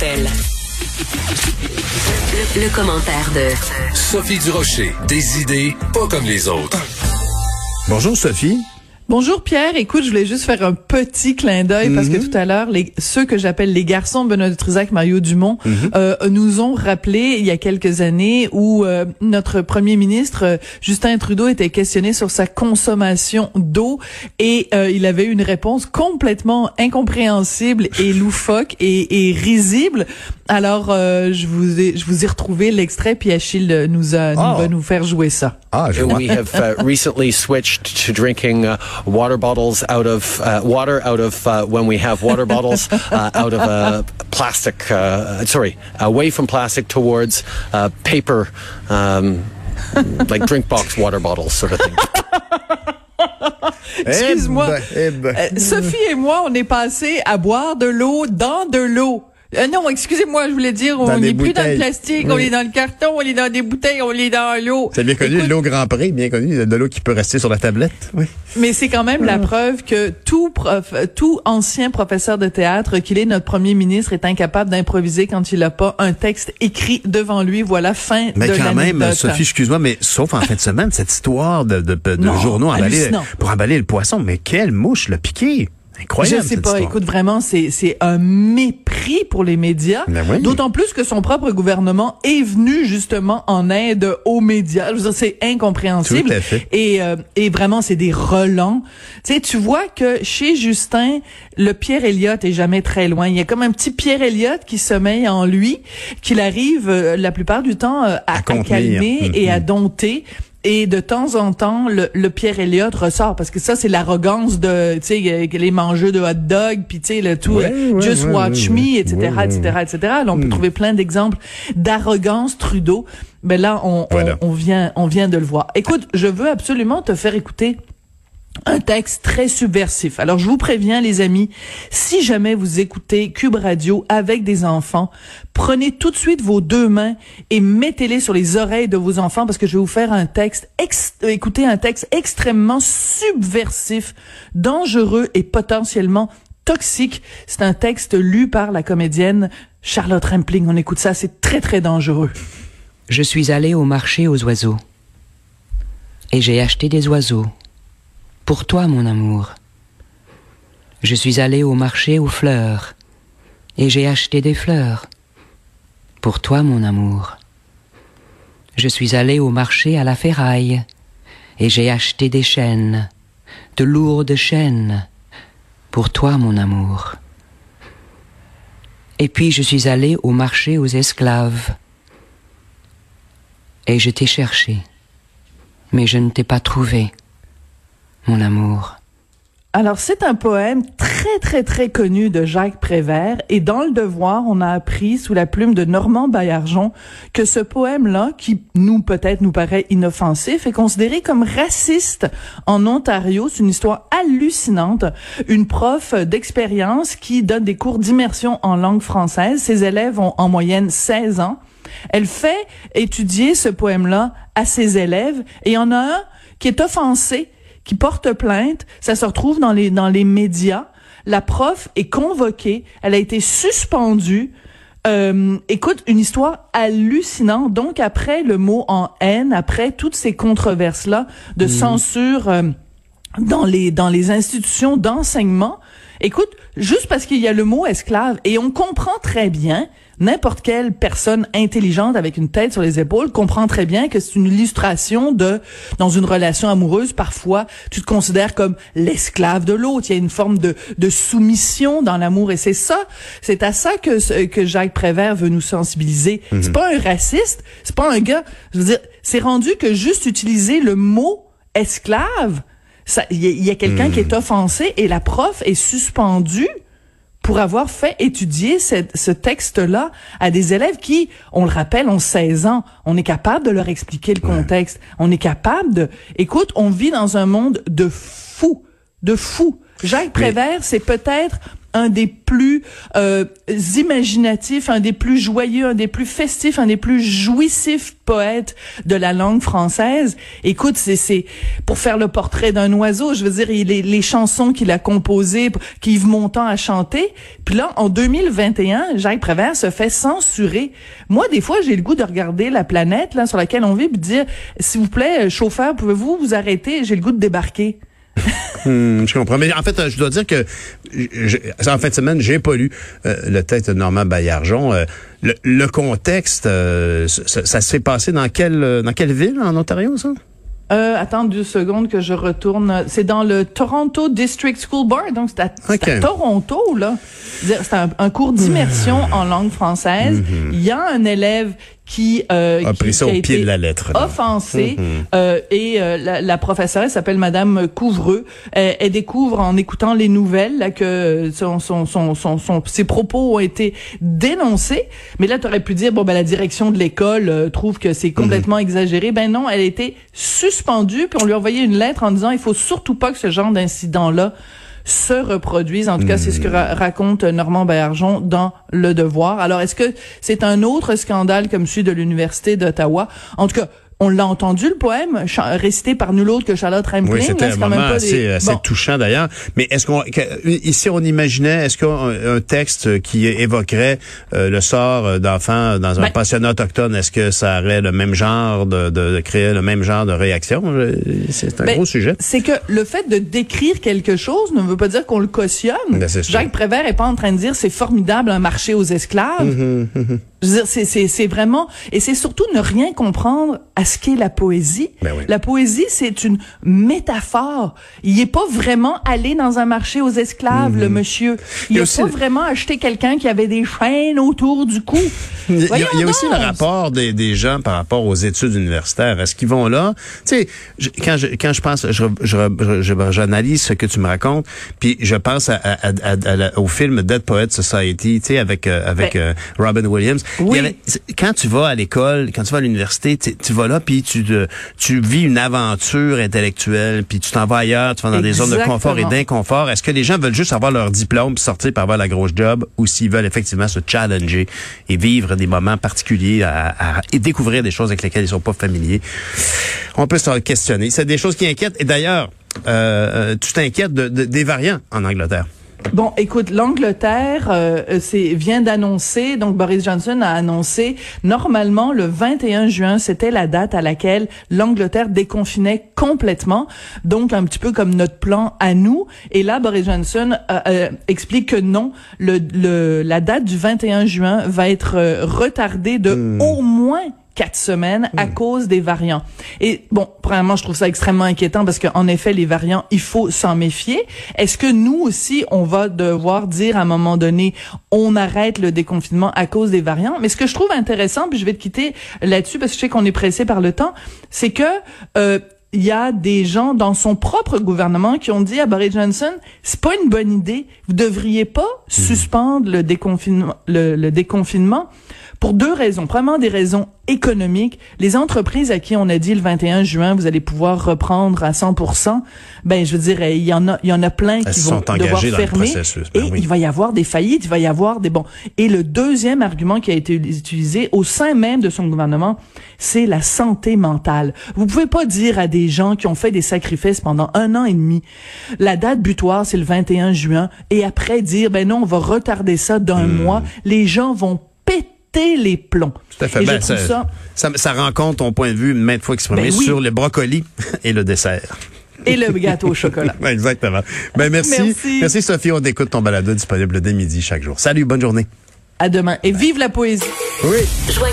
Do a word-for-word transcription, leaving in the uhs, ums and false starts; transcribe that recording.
Martel. Le, le commentaire de Sophie Durocher. Des idées pas comme les autres. Bonjour Sophie. Bonjour Pierre, écoute, je voulais juste faire un petit clin d'œil mm-hmm. parce que tout à l'heure, les, ceux que j'appelle les garçons Benoît Dutrisac, Mario Dumont, mm-hmm. euh, nous ont rappelé il y a quelques années où euh, notre premier ministre euh, Justin Trudeau était questionné sur sa consommation d'eau et euh, il avait une réponse complètement incompréhensible et loufoque et, et risible. Alors, euh, je vous ai, je vous ai retrouvé l'extrait, puis Achille nous a, oh. nous va nous faire jouer ça. Ah, je We have uh, recently switched to drinking uh, water bottles out of uh, water out of uh, when we have water bottles uh, out of uh, plastic. Uh, sorry, away from plastic towards uh, paper, um, like drink box water bottles, sort of thing. Excuse-moi, eh ben, eh ben. Euh, Sophie et moi, on est passés à boire de l'eau dans de l'eau. Euh, non, excusez-moi, je voulais dire, on n'est plus dans le plastique, oui. On est dans le carton, on est dans des bouteilles, on est dans l'eau. C'est bien connu, Écoute, l'eau Grand Prix, bien connu, de l'eau qui peut rester sur la tablette. Oui. Mais c'est quand même la preuve que tout prof, tout ancien professeur de théâtre, qu'il est notre premier ministre, est incapable d'improviser quand il n'a pas un texte écrit devant lui. Voilà, fin mais de quand l'anecdote. même, Sophie, excuse-moi, mais sauf en fin de semaine, cette histoire de, de, de, de journaux emballés pour emballer le poisson, mais quelle mouche l'a piqué! Incroyable. Je sais pas, histoire. écoute, vraiment, c'est c'est un mépris pour les médias. Oui. D'autant plus que son propre gouvernement est venu justement en aide aux médias. Je veux dire, c'est incompréhensible. Tout à fait. Et euh, et vraiment, c'est des relents. Tu sais, tu vois que chez Justin, le Pierre Elliott est jamais très loin. Il y a comme un petit Pierre Elliott qui sommeille en lui, qu'il arrive euh, la plupart du temps euh, à, à, à calmer mm-hmm. et à dompter. Et de temps en temps, le, le Pierre Elliott ressort parce que ça, c'est l'arrogance de, tu sais, les mangeux de hot dog, puis tu sais, le tout, ouais, euh, ouais, just ouais, watch ouais, me, et cetera, ouais, et cetera, et cetera. Là, on peut mm. trouver plein d'exemples d'arrogance Trudeau. Mais là, on, voilà. on, on vient, on vient de le voir. Écoute, je veux absolument te faire écouter un texte très subversif. Alors, je vous préviens, les amis, si jamais vous écoutez Cube Radio avec des enfants, prenez tout de suite vos deux mains et mettez-les sur les oreilles de vos enfants parce que je vais vous faire un texte, ex- écoutez un texte extrêmement subversif, dangereux et potentiellement toxique. C'est un texte lu par la comédienne Charlotte Rampling. On écoute ça, c'est très, très dangereux. Je suis allée au marché aux oiseaux et j'ai acheté des oiseaux. Pour toi, mon amour. Je suis allée au marché aux fleurs et j'ai acheté des fleurs. Pour toi, mon amour. Je suis allée au marché à la ferraille et j'ai acheté des chaînes, de lourdes chaînes. Pour toi, mon amour. Et puis je suis allée au marché aux esclaves et je t'ai cherché, mais je ne t'ai pas trouvé. Mon amour. Alors, c'est un poème très, très, très connu de Jacques Prévert. Et dans Le Devoir, on a appris, sous la plume de Normand Baillargeon, que ce poème-là, qui nous, peut-être, nous paraît inoffensif, est considéré comme raciste en Ontario. C'est une histoire hallucinante. Une prof d'expérience qui donne des cours d'immersion en langue française. Ses élèves ont en moyenne seize ans. Elle fait étudier ce poème-là à ses élèves. Et il y en a un qui est offensé, qui porte plainte, ça se retrouve dans les dans les médias. La prof est convoquée, elle a été suspendue. Euh, écoute, une histoire hallucinante. Donc après le mot en haine, après toutes ces controverses là de mmh. censure euh, dans les dans les institutions d'enseignement, écoute, juste parce qu'il y a le mot esclave et on comprend très bien. N'importe quelle personne intelligente avec une tête sur les épaules comprend très bien que c'est une illustration de, dans une relation amoureuse, parfois, tu te considères comme l'esclave de l'autre. Il y a une forme de, de soumission dans l'amour et c'est ça, c'est à ça que, que Jacques Prévert veut nous sensibiliser. Mm-hmm. C'est pas un raciste, c'est pas un gars, je veux dire, c'est rendu que juste utiliser le mot esclave, ça, il y a, y a quelqu'un mm-hmm. qui est offensé et la prof est suspendue pour avoir fait étudier cette, ce texte-là à des élèves qui, on le rappelle, ont seize ans. On est capable de leur expliquer le contexte. Ouais. On est capable de... Écoute, on vit dans un monde de fous, de fous. Jacques Prévert, Mais... c'est peut-être un des plus euh, imaginatifs, un des plus joyeux, un des plus festifs, un des plus jouissifs poètes de la langue française. Écoute, c'est c'est pour faire le portrait d'un oiseau, je veux dire, les, les chansons qu'il a composées, qu'Yves Montand a chanté. Puis là, en deux mille vingt et un, Jacques Prévert se fait censurer. Moi, des fois, j'ai le goût de regarder la planète là sur laquelle on vit, puis de dire, s'il vous plaît, chauffeur, pouvez-vous vous arrêter? J'ai le goût de débarquer. hum, je comprends. Mais en fait, je dois dire que je, en fin de semaine, j'ai pas lu euh, le texte de Normand Baillargeon. Euh, le, le contexte, euh, ça, ça s'est passé dans quelle dans quelle ville en Ontario, ça? Euh, attends deux secondes que je retourne. C'est dans le Toronto District School Board, donc c'est à, okay. c'est à Toronto, là. C'est un, un cours d'immersion mmh. en langue française. Mmh. Il y a un élève qui euh, a pris qui, ça qui au a pied été de la lettre, offensé, mmh. euh, et euh, la, la professeure, elle s'appelle Madame Couvreux. Elle, elle découvre en écoutant les nouvelles là que son, son, son, son, son, ses propos ont été dénoncés. Mais là, tu aurais pu dire bon ben la direction de l'école euh, trouve que c'est complètement mmh. exagéré. Ben non, elle a été suspendue, puis on lui a envoyé une lettre en disant il faut surtout pas que ce genre d'incident-là se reproduisent. En tout cas, c'est ce que ra- raconte Normand Baillargeon dans Le Devoir. Alors, est-ce que c'est un autre scandale comme celui de l'Université d'Ottawa? En tout cas, on l'a entendu, le poème, ch- récité par nul autre que Charlotte Rampling. Oui, c'était là, un moment assez, des... assez bon. touchant d'ailleurs. Mais est-ce qu'on, que, ici, on imaginait, est-ce qu'un un texte qui évoquerait euh, le sort d'enfants dans un ben, pensionnat autochtone, est-ce que ça aurait le même genre de, de, de créer le même genre de réaction? C'est un ben, gros sujet. C'est que le fait de décrire quelque chose ne veut pas dire qu'on le cautionne. Ben, Jacques Prévert est pas en train de dire c'est formidable un marché aux esclaves. Mm-hmm, mm-hmm. Je veux dire, c'est, c'est, c'est vraiment, et c'est surtout ne rien comprendre à ce qu'est la poésie. Ben oui. La poésie, c'est une métaphore. Il est pas vraiment allé dans un marché aux esclaves, mm-hmm. le monsieur. Il a pas vraiment acheté quelqu'un qui avait des chaînes autour du cou. Il y a, il y a aussi le rapport des, des gens par rapport aux études universitaires. Est-ce qu'ils vont là? Tu sais, je, quand je, quand je pense, je, je, je, j'analyse ce que tu me racontes, puis je pense à, à, à, à, à, au film Dead Poets Society, tu sais, avec, euh, avec ben, euh, Robin Williams. Oui. Il y avait, quand tu vas à l'école, quand tu vas à l'université, tu, tu vas là, puis tu, tu vis une aventure intellectuelle, puis tu t'en vas ailleurs, tu vas dans Exactement. des zones de confort et d'inconfort. Est-ce que les gens veulent juste avoir leur diplôme, puis sortir par avoir la grosse job, ou s'ils veulent effectivement se challenger et vivre des moments particuliers à, à, et découvrir des choses avec lesquelles ils sont pas familiers? On peut se questionner. C'est des choses qui inquiètent. Et d'ailleurs, euh, tu t'inquiètes de, de, des variants en Angleterre. Bon, écoute, l'Angleterre euh, c'est, vient d'annoncer, donc Boris Johnson a annoncé, normalement le vingt et un juin, c'était la date à laquelle l'Angleterre déconfinait complètement, donc un petit peu comme notre plan à nous. Et là, Boris Johnson euh, euh, explique que non, le, le, la date du vingt et un juin va être euh, retardée de mmh. au moins quatre semaines à mmh. cause des variants. Et bon, premièrement, je trouve ça extrêmement inquiétant parce qu'en effet, les variants, il faut s'en méfier. Est-ce que nous aussi, on va devoir dire à un moment donné, on arrête le déconfinement à cause des variants? Mais ce que je trouve intéressant, puis je vais te quitter là-dessus parce que je sais qu'on est pressé par le temps, c'est que euh, il y a des gens dans son propre gouvernement qui ont dit à Boris Johnson, c'est pas une bonne idée, vous devriez pas mmh. suspendre le déconfinement, le, le déconfinement pour deux raisons. Premièrement, des raisons économiques. Les entreprises à qui on a dit le vingt et un juin, vous allez pouvoir reprendre à cent pour cent, ben je veux dire, il y en a, il y en a plein qui vont devoir fermer. Ben et oui. il va y avoir des faillites, il va y avoir des bons. Et le deuxième argument qui a été utilisé au sein même de son gouvernement, c'est la santé mentale. Vous pouvez pas dire à des gens qui ont fait des sacrifices pendant un an et demi, la date butoir c'est le vingt et un juin, et après dire ben non, on va retarder ça d'un mmh. mois. Les gens vont péter les plombs. Tout à fait. Ben, ça, ça, ça, ça rencontre ton point de vue maintes fois exprimé ben oui. sur le brocoli et le dessert. Et le gâteau au chocolat. Exactement. Ben merci. merci. Merci Sophie. On écoute ton balado disponible dès midi chaque jour. Salut, bonne journée. À demain. Et vive la poésie. Oui.